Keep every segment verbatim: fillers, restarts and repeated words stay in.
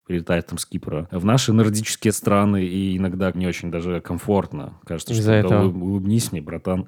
прилетать там с Кипра в наши нордические страны, и иногда не очень даже комфортно. Кажется, Из-за что да, этого. улыб- улыбнись мне, братан.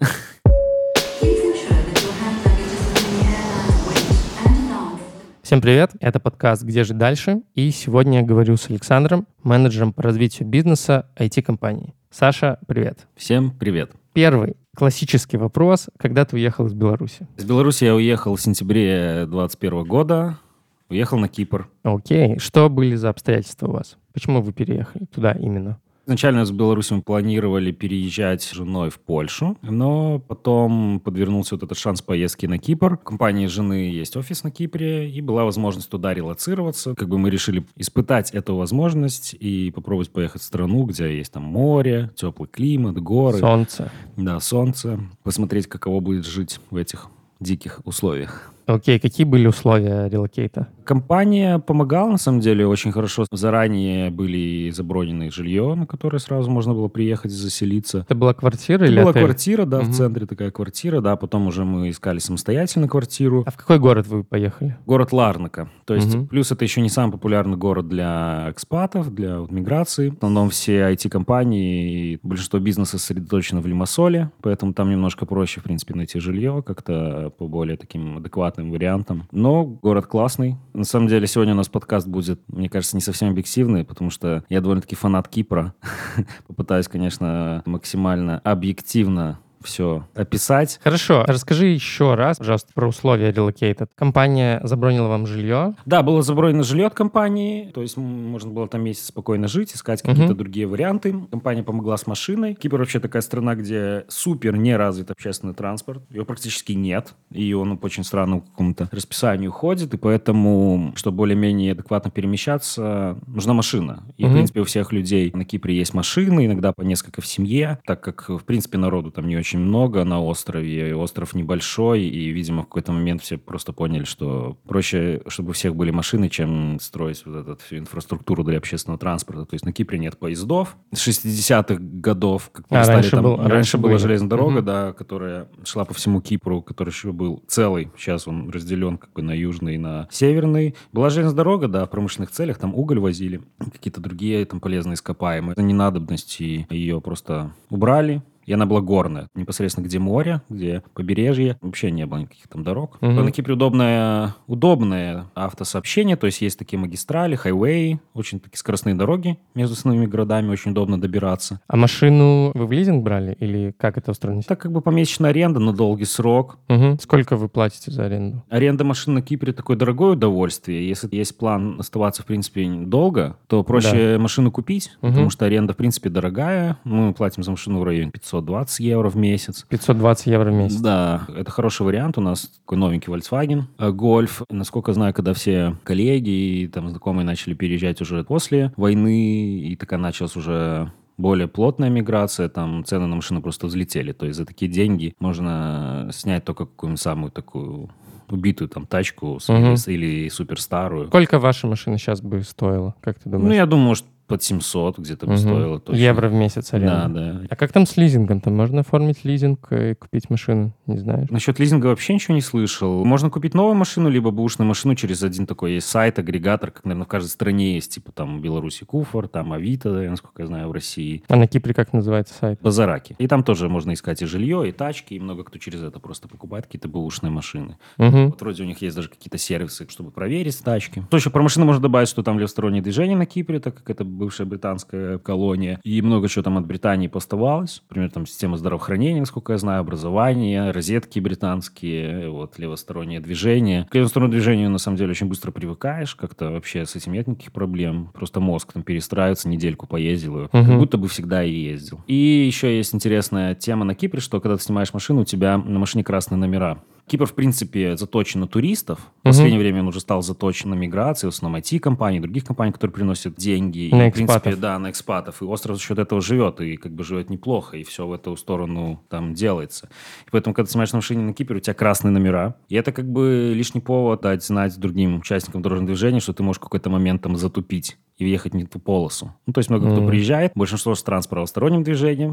Всем привет, это подкаст «Где же дальше?» И сегодня я говорю с Александром, менеджером по развитию бизнеса ай ти-компании. Саша, привет. Всем привет. Первый классический вопрос. Когда ты уехал из Беларуси? Из Беларуси я уехал в сентябре двадцать первого года. Уехал на Кипр. Окей. Что были за обстоятельства у вас? Почему вы переехали туда именно? Изначально с Беларуси мы планировали переезжать с женой в Польшу, но потом подвернулся вот этот шанс поездки на Кипр. У компании жены есть офис на Кипре, и была возможность туда релоцироваться. Как бы мы решили испытать эту возможность и попробовать поехать в страну, где есть там море, теплый климат, горы. Солнце. Да, солнце. Посмотреть, каково будет жить в этих диких условиях. Окей, какие были условия релокейта? Компания помогала, на самом деле, очень хорошо. Заранее были забронены жилье, на которое сразу можно было приехать и заселиться. Это была квартира Это или была отель? квартира, да, Мгм. в центре такая квартира, да. Потом уже мы искали самостоятельно квартиру. А в какой город вы поехали? Город Ларнака. То есть, Мгм. плюс это еще не самый популярный город для экспатов, для вот, миграции. В основном все ай ти-компании, и большинство бизнеса сосредоточено в Лимассоле, поэтому там немножко проще, в принципе, найти жилье, как-то по более таким адекватным вариантам. Но город классный. На самом деле, сегодня у нас подкаст будет, мне кажется, не совсем объективный, потому что я довольно-таки фанат Кипра. Попытаюсь, конечно, максимально объективно все описать. Хорошо, расскажи еще раз, пожалуйста, про условия релокейта. Компания забронила вам жилье. Да, было забронено жилье от компании, то есть м, можно было там месяц спокойно жить, искать какие-то Мгм. другие варианты. Компания помогла с машиной. Кипр вообще такая страна, где супер не развит общественный транспорт. Его практически нет, и он по очень странному какому-то расписанию ходит, и поэтому, чтобы более-менее адекватно перемещаться, нужна машина. И, Мгм. в принципе, у всех людей на Кипре есть машины, иногда по несколько в семье, так как, в принципе, народу там не очень много на острове, и остров небольшой, и, видимо, в какой-то момент все просто поняли, что проще, чтобы у всех были машины, чем строить вот эту всю инфраструктуру для общественного транспорта. То есть на Кипре нет поездов. С шестидесятых годов, как А, перестали раньше там... был- раньше, раньше была были. железная дорога, Мгм. да, которая шла по всему Кипру, который еще был целый. Сейчас он разделен как бы на южный и на северный. Была железная дорога, да, в промышленных целях, там уголь возили, какие-то другие там полезные ископаемые. За ненадобности ее просто убрали. И она была горная. Непосредственно где море, где побережье. Вообще не было никаких там дорог. Мгм. На Кипре удобное, удобное автосообщение. То есть есть такие магистрали, хайвеи, очень такие скоростные дороги между основными городами. Очень удобно добираться. А машину вы в лизинг брали или как это устроено? Так как бы помесячная аренда на долгий срок. Мгм. Сколько вы платите за аренду? Аренда машин на Кипре такое дорогое удовольствие. Если есть план оставаться, в принципе, долго, то проще машину купить, Мгм. потому что аренда, в принципе, дорогая. Мы платим за машину в районе пятьсот двадцать евро в месяц. пятьсот двадцать евро в месяц. Да, это хороший вариант. У нас такой новенький Volkswagen э, Golf. Насколько знаю, когда все коллеги и там знакомые начали переезжать уже после войны, и такая началась уже более плотная миграция, там цены на машины просто взлетели. То есть за такие деньги можно снять только какую-нибудь самую такую убитую там тачку с- Мгм. или, или суперстарую. Сколько ваша машина сейчас бы стоила, как ты Ну, думаешь? я думаю, может, под семьсот где-то бы Мгм. стоило точно. Евро в месяц Да, аренда. да. А как там с лизингом? Там можно оформить лизинг и купить машину? Не знаешь? Насчет лизинга вообще ничего не слышал. Можно купить новую машину, либо бэушную машину через один такой есть сайт, агрегатор, как, наверное, в каждой стране есть, типа там в Беларуси Куфор, там Авито, насколько я знаю, в России. А на Кипре как называется сайт? Базараки. И там тоже можно искать и жилье, и тачки, и много кто через это просто покупает какие-то бэушные машины. Мгм. Вот вроде у них есть даже какие-то сервисы, чтобы проверить тачки. То еще про машины можно добавить, что там левостороннее движение на Кипре, так как это бывшая британская колония. И много чего там от Британии поставалось. Например, там система здравоохранения, насколько я знаю, образование, розетки британские, вот, левостороннее движение. К левостороннему движению, на самом деле, очень быстро привыкаешь. Как-то вообще с этим нет никаких проблем. Просто мозг там перестраивается, недельку поездил. и Как Мгм. будто бы всегда и ездил. И еще есть интересная тема на Кипре, что когда ты снимаешь машину, у тебя на машине красные номера. Кипр, в принципе, заточен на туристов. В последнее время он уже стал заточен на миграции, в основном ай ти-компаний, других компаний, которые приносят деньги. На и, в принципе, экспатов. да, на экспатов. И остров за счет этого живет, и как бы живет неплохо, и все в эту сторону там делается. И поэтому, когда ты снимаешь на машине на Кипре, у тебя красные номера. И это как бы лишний повод дать знать другим участникам дорожного движения, что ты можешь в какой-то момент там затупить и въехать не в ту полосу. Ну, то есть много кто Мгм. приезжает, большинство с транспортно-сторонним движением,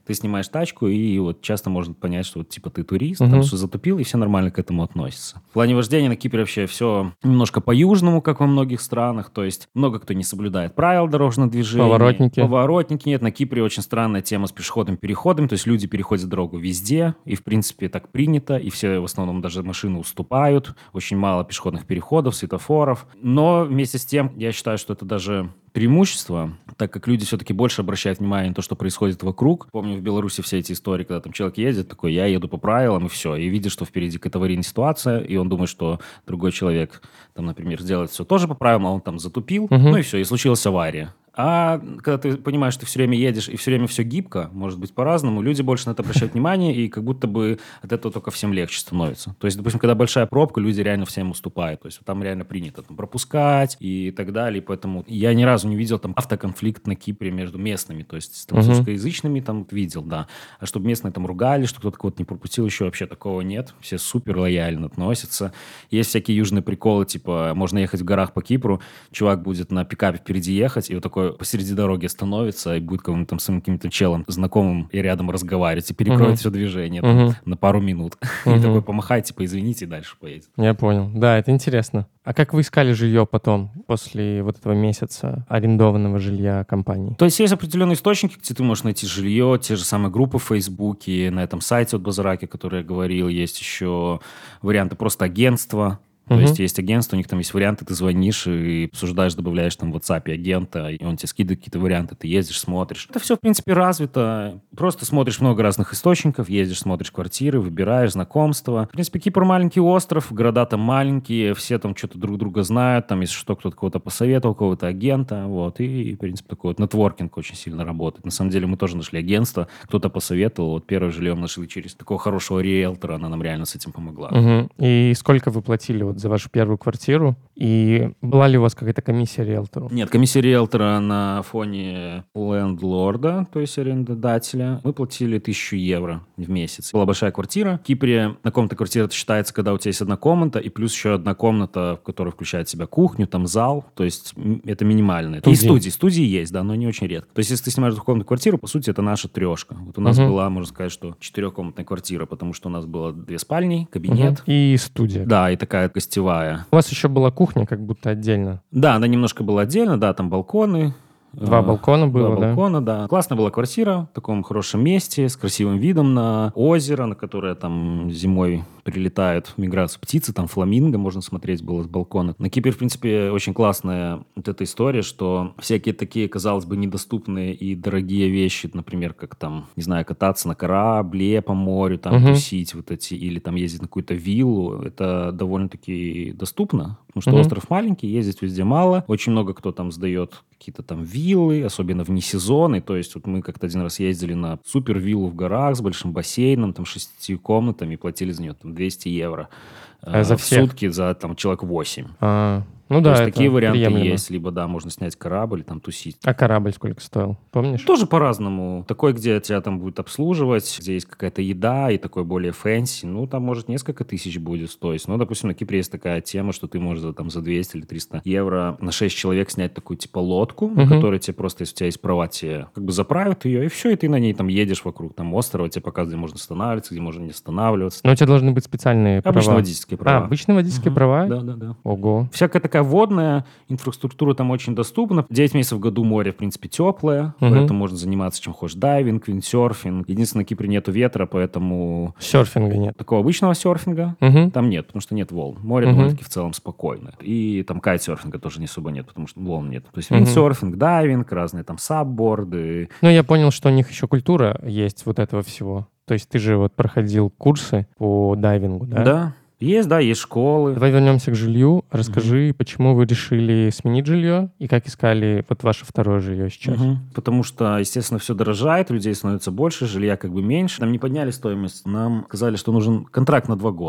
ты снимаешь тачку, и вот часто можно понять, что вот типа ты турист, Мгм. там что затупил, и все нормально к этому относятся. В плане вождения на Кипре вообще все немножко по-южному, как во многих странах, то есть много кто не соблюдает правил дорожного движения. Поворотники. Поворотники нет. На Кипре очень странная тема с пешеходным переходом, то есть люди переходят дорогу везде, и в принципе так принято, и все в основном даже машины уступают, очень мало пешеходных переходов, светофоров. Но вместе с тем, я считаю, что это даже преимущество, так как люди все-таки больше обращают внимание на то, что происходит вокруг. Помню в Беларуси все эти истории, когда там человек едет, такой, я еду по правилам, и все. И видит, что впереди какая-то аварийная ситуация, и он думает, что другой человек, там, например, сделает все тоже по правилам, а он там затупил, Мгм. ну и все, и случилась авария. А когда ты понимаешь, что ты все время едешь, и все время все гибко, может быть, по-разному, люди больше на это обращают внимание, и как будто бы от этого только всем легче становится. То есть, допустим, когда большая пробка, люди реально всем уступают. То есть, там реально принято там, пропускать и так далее. И поэтому я ни разу не видел там автоконфликт на Кипре между местными. То есть, там, с Мгм. русскоязычными там видел, да. А чтобы местные там ругали, что кто-то кого-то не пропустил, еще вообще такого нет. Все супер лояльно относятся. Есть всякие южные приколы, типа, можно ехать в горах по Кипру, чувак будет на пикапе впереди ехать, и вот такой посреди дороги остановится, и будет кому-то там с каким-то челом знакомым и рядом разговаривать, и перекроет Мгм. все движение там, Мгм. на пару минут. И Мгм. такой помахает, типа, извините, и дальше поедет. Я понял. Да, это интересно. А как вы искали жилье потом, после вот этого месяца арендованного жилья компании? То есть есть определенные источники, где ты можешь найти жилье, те же самые группы в Фейсбуке, на этом сайте от Базараки, который я говорил, есть еще варианты просто агентства. То Мгм. есть есть агентство, у них там есть варианты, ты звонишь и обсуждаешь, добавляешь там в WhatsApp агента, и он тебе скидывает какие-то варианты, ты ездишь, смотришь. Это все, в принципе, развито. Просто смотришь много разных источников, ездишь, смотришь квартиры, выбираешь знакомства. В принципе, Кипр маленький остров, города там маленькие, все там что-то друг друга знают, там, если что, кто-то кого-то посоветовал, кого-то агента, вот. И, в принципе, такой вот нетворкинг очень сильно работает. На самом деле мы тоже нашли агентство, кто-то посоветовал, вот первое жилье мы нашли через такого хорошего риэлтора, она нам реально с этим помогла. Мгм. И сколько вы платили вот за вашу первую квартиру? И была ли у вас какая-то комиссия риэлтору? Нет, комиссия риэлтора на фоне лендлорда, то есть арендодателя, мы платили тысячу евро в месяц. Была большая квартира. В Кипре на комната квартира это считается, когда у тебя есть одна комната, и плюс еще одна комната, в которой включает в себя кухню, там зал, то есть м, это минимально. И Студии. студии. Студии есть, да, но не очень редко. То есть если ты снимаешь двухкомнатную квартиру, по сути, это наша трешка. Вот у нас Мгм. была, можно сказать, что четырехкомнатная квартира, потому что у нас было две спальни, кабинет. Мгм. И студия. Да, и такая гостевая. У вас еще была кухня как будто отдельно. Да, она немножко была отдельно, да, там балконы. Два э, балкона было, Два да? балкона, да. Классная была квартира в таком хорошем месте, с красивым видом на озеро, на которое там зимой прилетают миграцию птицы, там фламинго можно смотреть было с балкона. На Кипре, в принципе, очень классная вот эта история, что всякие такие, казалось бы, недоступные и дорогие вещи, например, как там, не знаю, кататься на корабле по морю, там Мгм. тусить вот эти, или там ездить на какую-то виллу, это довольно-таки доступно, потому что Мгм. остров маленький, ездить везде мало, очень много кто там сдает какие-то там виллы, особенно вне сезона. И то есть вот мы как-то один раз ездили на супер виллу в горах с большим бассейном, там шестью комнатами, и платили за нее там двести евро А э, за в всех? сутки за там человек восемь. А, ну То да, есть это такие варианты приемлемо. есть. Либо, да, можно снять корабль, там тусить. А корабль сколько стоил? Помнишь? Тоже по-разному. Такой, где тебя там будет обслуживать, где есть какая-то еда и такой более фэнси, ну, там, может, несколько тысяч будет стоить. Ну, допустим, на Кипре есть такая тема, что ты можешь за, там, за двести или триста евро на шесть человек снять такую, типа, лодку, на Мгм. которой тебе просто, если у тебя есть права, тебе как бы заправят ее, и все, и ты на ней там едешь вокруг там острова, тебе показывают, где можно останавливаться, где можно не останавливаться. Но у тебя должны быть специальные Обычно права. водительские права. А, обычные водительские Мгм. права? Да, да, да. Ого. Всякая такая водная инфраструктура там очень доступна. девять месяцев в году море, в принципе, теплое, Мгм. поэтому можно заниматься чем хочешь. Дайвинг, виндсерфинг. Единственное, на Кипре нету ветра, поэтому Серфинга нет. такого обычного серфинга Мгм. там нет, потому что нет волн. Море Мгм. довольно-таки в целом спокойное. И там кайтсерфинга тоже не особо нет, потому что волн нет. То есть Мгм. виндсерфинг, дайвинг, разные там сабборды. Ну, я понял, что у них еще культура есть вот этого всего. То есть ты же вот проходил курсы по дайвингу, да? Да. Есть, да, есть школы. Давай вернемся к жилью. Расскажи, почему вы решили сменить жилье и как искали вот ваше второе жилье сейчас? Мгм. Потому что, естественно, все дорожает, людей становится больше, жилья как бы меньше. Нам не подняли стоимость, нам сказали, что нужен контракт на два года.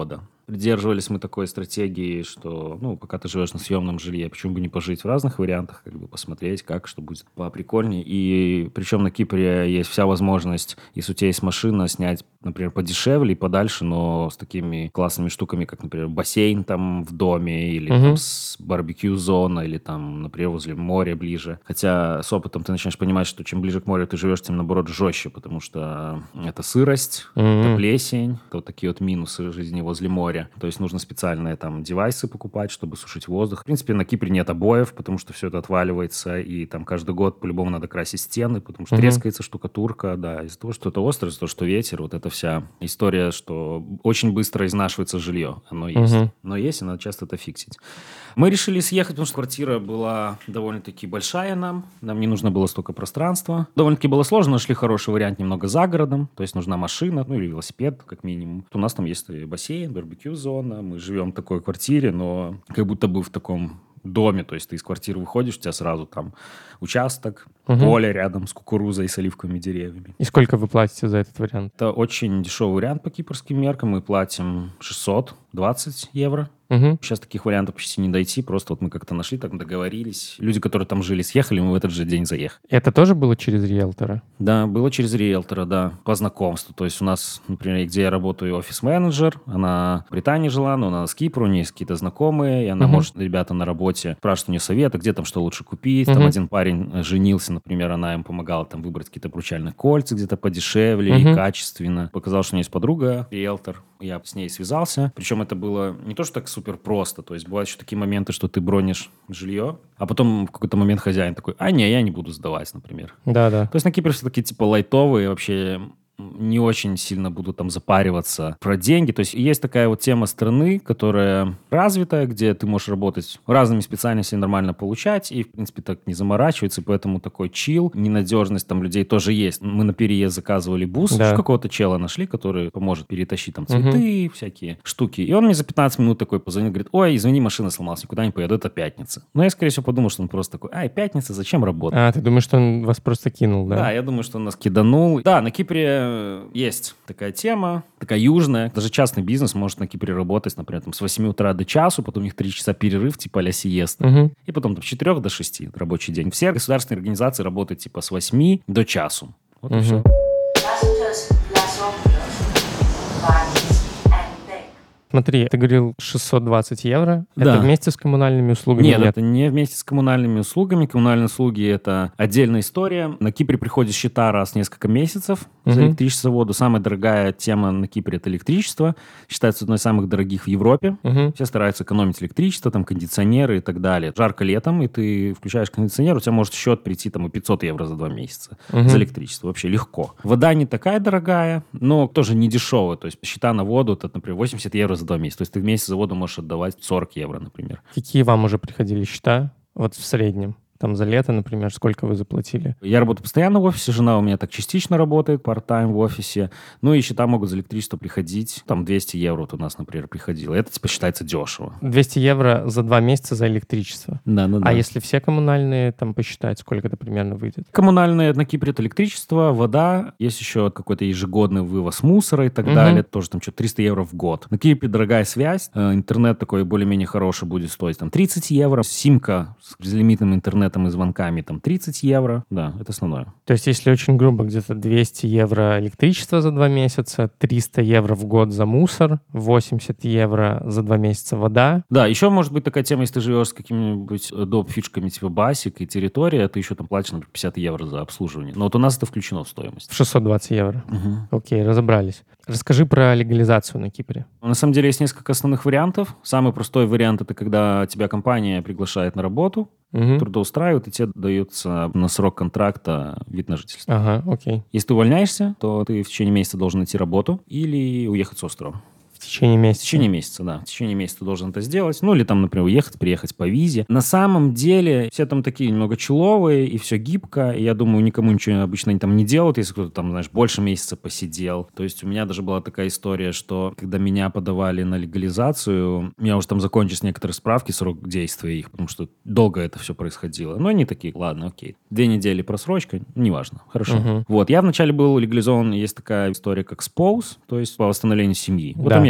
Придерживались мы такой стратегии, что, ну, пока ты живешь на съемном жилье, почему бы не пожить в разных вариантах, как бы посмотреть, как, что будет поприкольнее. И причем на Кипре есть вся возможность, если у тебя есть машина, снять, например, подешевле и подальше, но с такими классными штуками, как, например, бассейн там в доме, или Мгм. там с барбекю-зона, или там, например, возле моря ближе. Хотя с опытом ты начинаешь понимать, что чем ближе к морю ты живешь, тем, наоборот, жестче, потому что это сырость, это Мгм. плесень, это вот такие вот минусы жизни возле моря. То есть нужно специальные там девайсы покупать, чтобы сушить воздух. В принципе, на Кипре нет обоев, потому что все это отваливается, и там каждый год по-любому надо красить стены, потому что Мгм. трескается штукатурка, да, из-за того, что это острое, из-за того, что ветер, вот эта вся история, что очень быстро изнашивается жилье, оно есть. Мгм. Но есть, и надо часто это фиксить. Мы решили съехать, потому что квартира была довольно-таки большая нам, нам не нужно было столько пространства. Довольно-таки было сложно, нашли хороший вариант немного за городом, то есть нужна машина, ну или велосипед, как минимум. У нас там есть и бассейн, барбекю-зона, мы живем в такой квартире, но как будто бы в таком доме, то есть ты из квартиры выходишь, у тебя сразу там участок, Мгм. поле рядом с кукурузой и с оливковыми деревьями. И сколько вы платите за этот вариант? Это очень дешевый вариант по кипрским меркам, мы платим шестьсот двадцать евро. Мгм. Сейчас таких вариантов почти не дойти, просто вот мы как-то нашли, так договорились. Люди, которые там жили, съехали, мы в этот же день заехали. Это тоже было через риэлтора? Да, было через риэлтора, да, по знакомству. То есть у нас, например, где я работаю, офис-менеджер, она в Британии жила, но она с Кипра, у нее есть какие-то знакомые, и она Мгм. может, ребята на работе спрашивают у нее советы, где там что лучше купить. Там Мгм. один парень э, женился, например, она им помогала там выбрать какие-то обручальные кольца где-то подешевле Мгм. и качественно. Показал, что у нее есть подруга, риэлтор, я с ней связался. Причем это было не то, что так супер просто, то есть бывают еще такие моменты, что ты бронишь жилье, а потом в какой-то момент хозяин такой, а не, я не буду сдавать, например. Да-да. То есть на Кипре все такие типа лайтовые, вообще не очень сильно будут там запариваться про деньги. То есть есть такая вот тема страны, которая развитая, где ты можешь работать разными специальностями, нормально получать, и, в принципе, так не заморачиваться, и поэтому такой чил, ненадежность там людей тоже есть. Мы на переезд заказывали бус, Да. какого-то чела нашли, который поможет перетащить там Мгм. цветы, всякие штуки. И он мне за пятнадцать минут такой позвонил, говорит, ой, извини, машина сломалась, никуда не поеду, это пятница. Но я, скорее всего, подумал, что он просто такой, ай, пятница, зачем работать? А, ты думаешь, что он вас просто кинул, да? Да, я думаю, что он нас киданул. Да, на Кипре есть такая тема, такая южная. Даже частный бизнес может на Кипре работать, например, там, с восьми утра до часу, потом у них три часа перерыв, типа а-ля сиеста. Мгм. И потом там, с четырех до шести рабочий день. Все государственные организации работают типа с восьми до часу. Вот и Мгм. все. Passengers plus operators, varnings and deck. Смотри, ты говорил шестьсот двадцать евро. Да. Это вместе с коммунальными услугами? Нет, это не вместе с коммунальными услугами. Коммунальные услуги – это отдельная история. На Кипре приходят счета раз в несколько месяцев за Мгм. электричество, воду. Самая дорогая тема на Кипре – это электричество. Считается одной из самых дорогих в Европе. Мгм. Все стараются экономить электричество, там кондиционеры и так далее. Жарко летом, и ты включаешь кондиционер, у тебя может счет прийти там и пятьсот евро за два месяца Мгм. за электричество. Вообще легко. Вода не такая дорогая, но тоже не дешевая. То есть счета на воду – это, например, восемьдесят евро за два месяца. То есть ты в месяц за воду можешь отдавать сорок евро, например. Какие вам уже приходили счета? Вот в среднем. Там за лето, например, сколько вы заплатили? Я работаю постоянно в офисе, жена у меня так частично работает, part-time в офисе. Ну и счета могут за электричество приходить. Там двести евро вот у нас, например, приходило. Это типа считается дешево. двести евро за два месяца за электричество. Да, да, да. А если все коммунальные там посчитать, сколько это примерно выйдет? Коммунальные на Кипре это электричество, вода, есть еще какой-то ежегодный вывоз мусора и так Мгм. далее, тоже там что-то триста евро в год. На Кипре дорогая связь, э, интернет такой более-менее хороший будет стоить там тридцать евро, симка с безлимитным интернетом и звонками там тридцать евро, да, это основное. То есть, если очень грубо, где-то двести евро электричество за два месяца, триста евро в год за мусор, восемьдесят евро за два месяца вода. Да, еще может быть такая тема, если ты живешь с какими-нибудь доп-фишками типа басик и территория, ты еще там платишь, например, пятьдесят евро за обслуживание. Но вот у нас это включено в стоимость. В шестьсот двадцать евро. Мгм. Окей, разобрались. Расскажи про легализацию на Кипре. На самом деле есть несколько основных вариантов. Самый простой вариант – это когда тебя компания приглашает на работу, Мгм. трудоустраивает, и тебе дается на срок контракта вид на жительство. Ага, окей. Если ты увольняешься, то ты в течение месяца должен найти работу или уехать с острова. В течение В месяца. течение месяца, да. В течение месяца ты должен это сделать. Ну, или там, например, уехать, приехать по визе. На самом деле, все там такие немного человые, и все гибко. И я думаю, никому ничего обычно они там не делают, если кто-то там, знаешь, больше месяца посидел. То есть у меня даже была такая история, что когда меня подавали на легализацию, у меня уже там закончились некоторые справки, срок действия их, потому что долго это все происходило. Но они такие, ладно, окей. Две недели просрочка, неважно. Хорошо. Мгм. Вот, я вначале был легализован, есть такая история, как споус, то есть по восстановлению семьи. Вот Да. у меня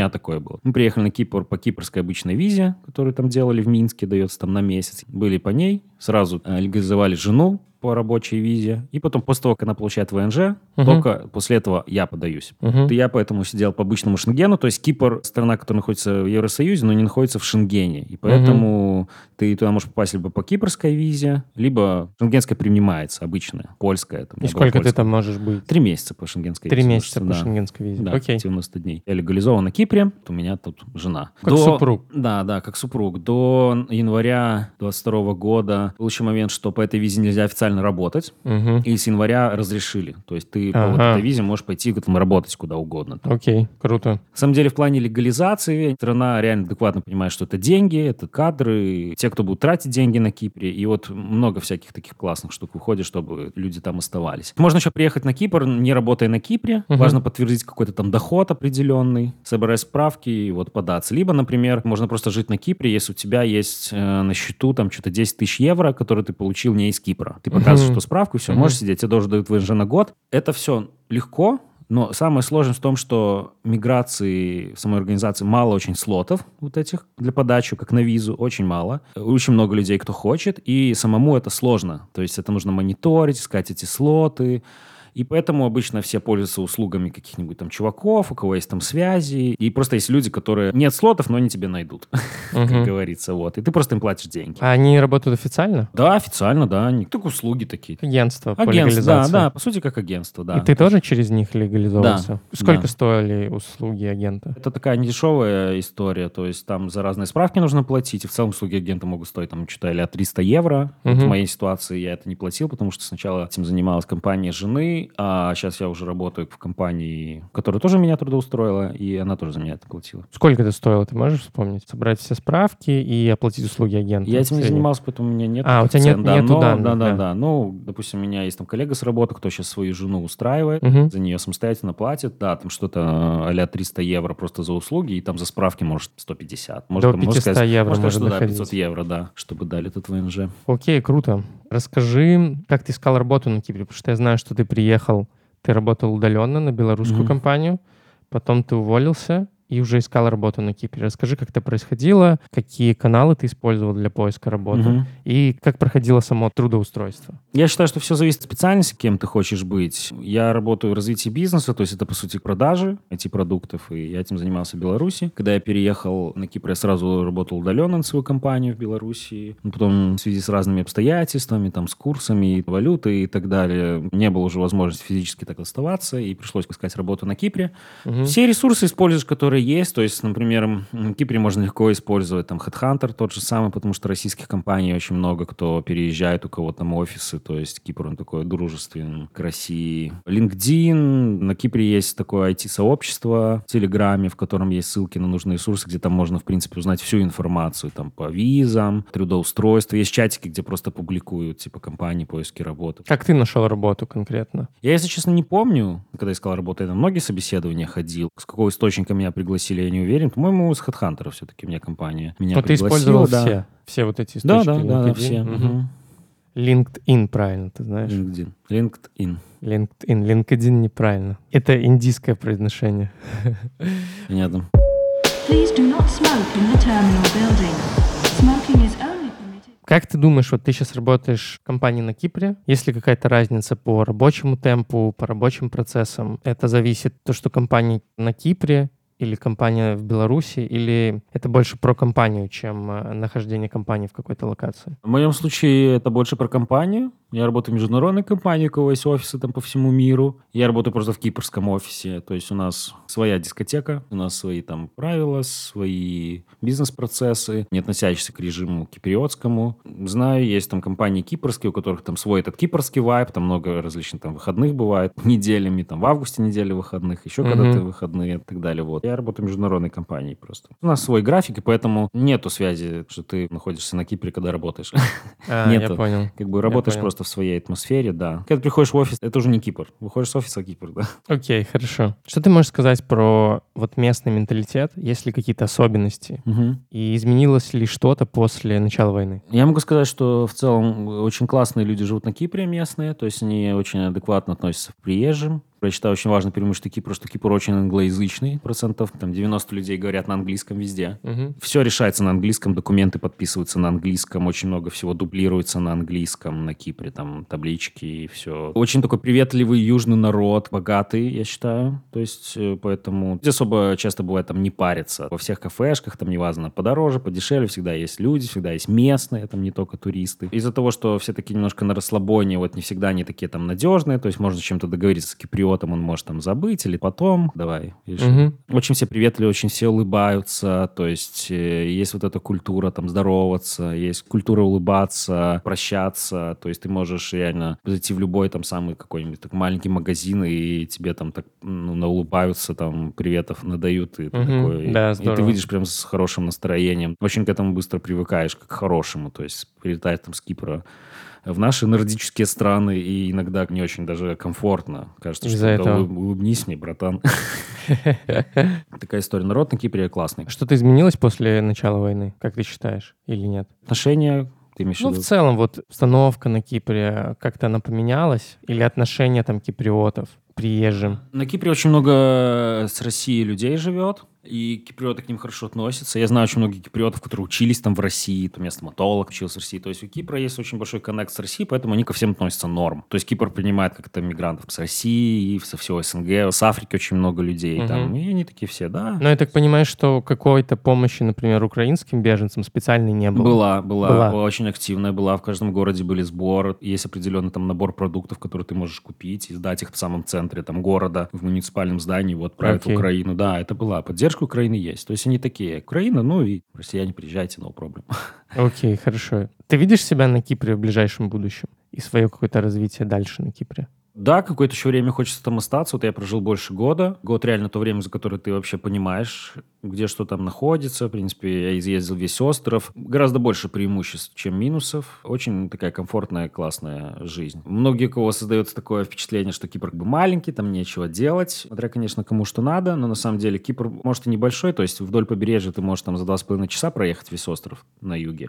меня такое было. Мы приехали на Кипр по кипрской обычной визе, которую там делали в Минске, дается там на месяц. Были по ней, сразу легализовали жену по рабочей визе. И потом, после того, как она получает ВНЖ, uh-huh. только после этого я подаюсь. Uh-huh. И я поэтому сидел по обычному Шенгену. То есть Кипр — страна, которая находится в Евросоюзе, но не находится в Шенгене. И поэтому uh-huh. ты туда можешь попасть либо по кипрской визе, либо шенгенская принимается, обычная, польская. Там, и сколько ты там можешь быть? Три месяца по шенгенской Три визе. Три месяца по да. шенгенской визе. Да, окей. девяносто дней. Я легализован на Кипре, у меня тут жена. Как До... супруг. Да, да, как супруг. До января двадцать второго года был еще момент, что по этой визе нельзя официально работать. Угу. И с января разрешили. То есть ты ага. по вот этой визе можешь пойти там, работать куда угодно. Там. Окей, круто. На самом деле, в плане легализации страна реально адекватно понимает, что это деньги, это кадры, те, кто будут тратить деньги на Кипре. И вот много всяких таких классных штук выходит, чтобы люди там оставались. Можно еще приехать на Кипр, не работая на Кипре. Угу. Важно подтвердить какой-то там доход определенный, собирать справки и вот податься. Либо, например, можно просто жить на Кипре, если у тебя есть э, на счету там что-то десять тысяч евро, которые ты получил не из Кипра. Ты показываешь угу. эту справку, все, угу. можешь сидеть, тебе тоже дают ВНЖ на год. Это все легко, но самое сложное в том, что миграции в самой организации мало очень слотов вот этих для подачи, как на визу, очень мало. Очень много людей, кто хочет, и самому это сложно. То есть это нужно мониторить, искать эти слоты. И поэтому обычно все пользуются услугами каких-нибудь там чуваков, у кого есть там связи. И просто есть люди, которые... Нет слотов, но они тебе найдут, uh-huh. как говорится. Вот. И ты просто им платишь деньги. А они работают официально? Да, официально, да. Они... Так услуги такие. Агентство по Агентство, легализации. Да, да, по сути, как агентство, да. И ты тоже через них легализовался? Да. Сколько да. стоили услуги агента? Это такая недешевая история. То есть там за разные справки нужно платить. И в целом услуги агента могут стоить там что-то или триста евро. Uh-huh. Вот в моей ситуации я это не платил, потому что сначала этим занималась компания жены, а сейчас я уже работаю в компании, которая тоже меня трудоустроила, и она тоже за меня это платила. Сколько это стоило, ты можешь вспомнить? Собрать все справки и оплатить услуги агента? Я этим не занимался, поэтому у меня нет. А, у тебя нет, да, нету но, данных. Да, да, да, да. Ну, допустим, у меня есть там коллега с работы, кто сейчас свою жену устраивает, угу. за нее самостоятельно платит, да, там что-то а-ля триста евро просто за услуги, и там за справки, может, сто пятьдесят. Может, До там, пятьсот сказать, евро может, может что, доходить. Да, пятьсот евро, да, чтобы дали этот ВНЖ. Окей, круто. Расскажи, как ты искал работу на Кипре, потому что я знаю, что ты приехал, ты работал удаленно на белорусскую mm-hmm. компанию, потом ты уволился и уже искал работу на Кипре. Расскажи, как это происходило, какие каналы ты использовал для поиска работы mm-hmm. и как проходило само трудоустройство. Я считаю, что все зависит от специальности, кем ты хочешь быть. Я работаю в развитии бизнеса, то есть это, по сути, продажи ай ти-продуктов, и я этим занимался в Беларуси. Когда я переехал на Кипр, я сразу работал удаленно на свою компанию в Беларуси. Потом в связи с разными обстоятельствами, там, с курсами, валютой и так далее, не было уже возможности физически так оставаться, и пришлось искать работу на Кипре. Mm-hmm. Все ресурсы используешь, которые есть. То есть, например, в Кипре можно легко использовать там HeadHunter тот же самый, потому что российских компаний очень много, кто переезжает, у кого там офисы. То есть Кипр, он такой дружественный к России. LinkedIn. На Кипре есть такое ай ти-сообщество в Телеграме, в котором есть ссылки на нужные ресурсы, где там можно, в принципе, узнать всю информацию там по визам, трудоустройству. Есть чатики, где просто публикуют типа компании, поиски работы. Как ты нашел работу конкретно? Я, если честно, не помню, когда искал работу. Я на многие собеседования ходил. С какого источника меня пригласили, я не уверен. По-моему, с HeadHunter все-таки меня компания меня Но пригласила. Ты использовал да. все, все вот эти источники? Да, да, да, все. Угу. LinkedIn, правильно, ты знаешь? LinkedIn. LinkedIn. LinkedIn. LinkedIn неправильно. Это индийское произношение. Понятно. Please do not smoke in the terminal building. Smoking is only permitted. Как ты думаешь, вот ты сейчас работаешь в компании на Кипре, есть ли какая-то разница по рабочему темпу, по рабочим процессам? Это зависит от того, что компания на Кипре или компания в Беларуси, или это больше про компанию, чем нахождение компании в какой-то локации? В моем случае это больше про компанию. Я работаю в международной компании, у кого есть офисы там по всему миру. Я работаю просто в кипрском офисе. То есть у нас своя дискотека, у нас свои там правила, свои бизнес-процессы, не относящиеся к режиму киприотскому. Знаю, есть там компании кипрские, у которых там свой этот кипрский вайб, там много различных там выходных бывает, неделями, там в августе неделя выходных, еще mm-hmm. когда-то выходные и так далее. Вот. Я работаю в международной компании просто. У нас свой график, и поэтому нету связи, что ты находишься на Кипре, когда работаешь. А, я понял. Как бы работаешь просто в своей атмосфере, да. Когда ты приходишь в офис, это уже не Кипр. Выходишь с офиса, Кипр, да. Окей, okay, хорошо. Что ты можешь сказать про вот местный менталитет? Есть ли какие-то особенности? Угу. И изменилось ли что-то после начала войны? Я могу сказать, что в целом очень классные люди живут на Кипре местные, то есть они очень адекватно относятся к приезжим. Я считаю, очень важно преимущество Кипра, что Кипр очень англоязычный, процентов там девяносто людей говорят на английском везде. Мгм. Все решается на английском, документы подписываются на английском, очень много всего дублируется на английском на Кипре, там таблички и все. Очень такой приветливый южный народ, богатый, я считаю. То есть, э, поэтому здесь особо часто бывает там не париться. Во всех кафешках, там неважно, подороже, подешевле, всегда есть люди, всегда есть местные, там не только туристы. Из-за того, что все такие немножко на расслабоне, вот не всегда они такие там надежные, то есть можно с чем-то договориться с киприотом, он может там забыть или потом, давай, решим. Мгм. Очень все приветливые, очень все улыбаются, то есть э, есть вот эта культура там здороваться, есть культура улыбаться, прощаться, то есть ты можешь реально зайти в любой там самый какой-нибудь так маленький магазин, и тебе там так ну, наулыбаются, там приветов надают, и ты Мгм. такой, Да, и ты здорово. выйдешь прям с хорошим настроением. Очень к этому быстро привыкаешь, как к хорошему, то есть прилетаешь там с Кипра в наши нордические страны, и иногда не очень даже комфортно. Кажется, Из-за что да этого. улыб- улыбнись мне, братан. Такая история. Народ на Кипре классный. Что-то изменилось после начала войны, как ты считаешь, или нет? Отношения, ты имеешь в Ну, в виду? целом, вот обстановка на Кипре, как-то она поменялась? Или отношения там киприотов к приезжим? На Кипре очень много с России людей живет, и киприоты к ним хорошо относятся. Я знаю очень многих киприотов, которые учились там в России, там я стоматолог учился в России. То есть у Кипра есть очень большой коннект с Россией, поэтому они ко всем относятся норм. То есть Кипр принимает как-то мигрантов с России, со всего СНГ, с Африки очень много людей Мгм. там, и они такие все, да. Но я так понимаю, что какой-то помощи, например, украинским беженцам специальной не было. Была, была, Была. была очень активная, была. В каждом городе были сборы. Есть определенный там набор продуктов, которые ты можешь купить и сдать их в самом центре там города, в муниципальном здании, вот, отправить Окей. в Украину. Да, это была. Поддержка Украины есть. То есть они такие, Украина, ну и россияне, приезжайте, no problem. Окей, хорошо. Ты видишь себя на Кипре в ближайшем будущем? И свое какое-то развитие дальше на Кипре? Да, какое-то еще время хочется там остаться. Вот я прожил больше года. Год реально то время, за которое ты вообще понимаешь, где что там находится. В принципе, я изъездил весь остров. Гораздо больше преимуществ, чем минусов. Очень такая комфортная, классная жизнь. Многие, у кого создается такое впечатление, что Кипр как бы маленький, там нечего делать. Смотря, конечно, кому что надо, но на самом деле Кипр, может, и небольшой. То есть вдоль побережья ты можешь там за два с половиной часа проехать весь остров на юге.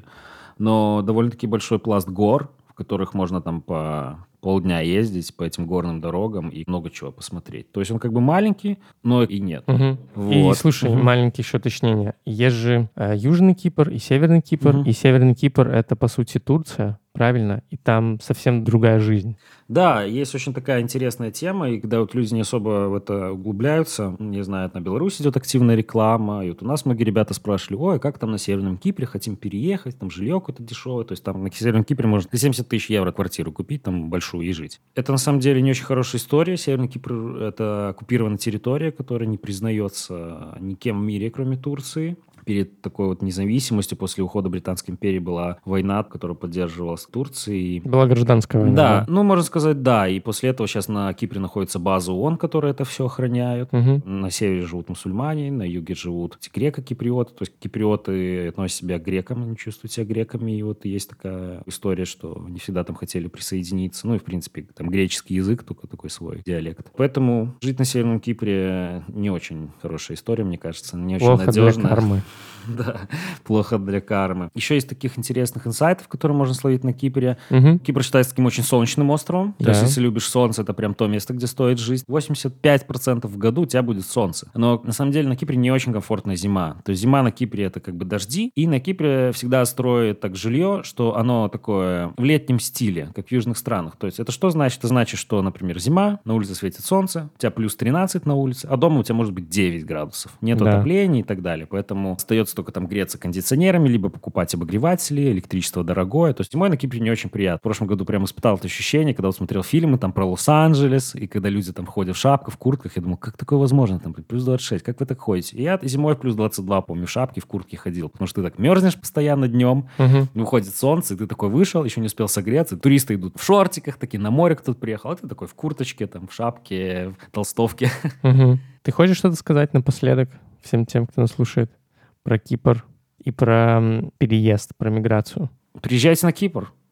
Но довольно-таки большой пласт гор, в которых можно там по полдня ездить по этим горным дорогам и много чего посмотреть. То есть он как бы маленький, но и нет. Мгм. И Вот. слушай, Мгм. маленькое еще уточнение. Есть же э, Южный Кипр и Северный Кипр. Мгм. И Северный Кипр — это, по сути, Турция, правильно? И там совсем другая жизнь. Да, есть очень такая интересная тема, и когда вот люди не особо в это углубляются, не знают, на Беларусь идет активная реклама, и вот у нас многие ребята спрашивали, ой, как там на Северном Кипре, хотим переехать, там жилье какое-то дешевое, то есть там на Северном Кипре можно за семьдесят тысяч евро квартиру купить, там большую, и жить. Это на самом деле не очень хорошая история. Северный Кипр — это оккупированная территория, которая не признается никем в мире, кроме Турции. Перед такой вот независимостью после ухода Британской империи была война, которая поддерживалась Турцией. Была гражданская война. Да, ну, можно сказать, да. И после этого сейчас на Кипре находится база ООН, которая это все охраняет. Мгм. На севере живут мусульмане, на юге живут греко-киприоты. То есть киприоты относятся себя к грекам, они чувствуют себя греками. И вот есть такая история, что не всегда там хотели присоединиться. Ну, и, в принципе, там греческий язык, только такой свой диалект. Поэтому жить на Северном Кипре не очень хорошая история, мне кажется. Не очень Плохо для надежно. кармы. Да, плохо для кармы. Еще есть таких интересных инсайтов, которые можно словить на Кипре. Мгм. Кипр считается таким очень солнечным островом. То Да. есть, если любишь солнце, это прям то место, где стоит жить. восемьдесят пять процентов в году у тебя будет солнце. Но на самом деле на Кипре не очень комфортная зима. То есть зима на Кипре — это как бы дожди. И на Кипре всегда строят так жилье, что оно такое в летнем стиле, как в южных странах. То есть это что значит? Это значит, что, например, зима, на улице светит солнце, у тебя плюс тринадцать на улице, а дома у тебя может быть девять градусов. Нет Да. отопления и так далее. Поэтому остается только там греться кондиционерами, либо покупать обогреватели, электричество дорогое. То есть зимой на Кипре не очень приятно. В прошлом году прям испытал это ощущение, когда вот смотрел фильмы там про Лос-Анджелес, и когда люди там ходят в шапках, в куртках, я думал, как такое возможно? Там плюс двадцать шесть, как вы так ходите? И я зимой в плюс двадцать два, помню, в шапке, в куртке ходил, потому что ты так мерзнешь постоянно днем, Мгм. выходит солнце, и ты такой вышел, еще не успел согреться, туристы идут в шортиках, такие на море кто-то приехал, а ты такой в курточке, там, в шапке, в толстовке. Мгм. Ты хочешь что-то сказать напоследок всем тем, кто нас слушает, про Кипр и про м, переезд, про миграцию? Приезжайте на Кипр.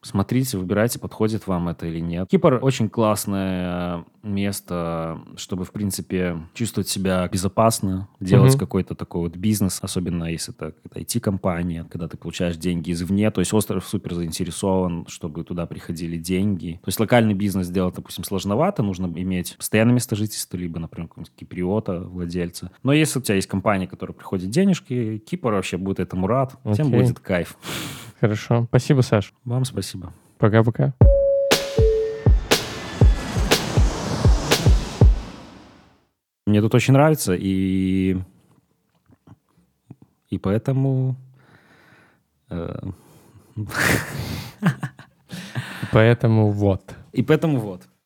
Смотрите, выбирайте, подходит вам это или нет. Кипр очень классное место, чтобы, в принципе, чувствовать себя безопасно, делать Мгм. какой-то такой вот бизнес, особенно если это какая-то ай ти-компания, когда ты получаешь деньги извне. То есть остров супер заинтересован, чтобы туда приходили деньги. То есть локальный бизнес сделать, допустим, сложновато. Нужно иметь постоянное место жительства, либо, например, какого-нибудь киприота, владельца. Но если у тебя есть компания, которая приходит денежки, Кипр вообще будет этому рад. Всем Окей. будет кайф. Хорошо. Спасибо, Саш. Вам спасибо. Пока-пока. Мне тут очень нравится, и, и поэтому... э, Поэтому вот. И поэтому вот.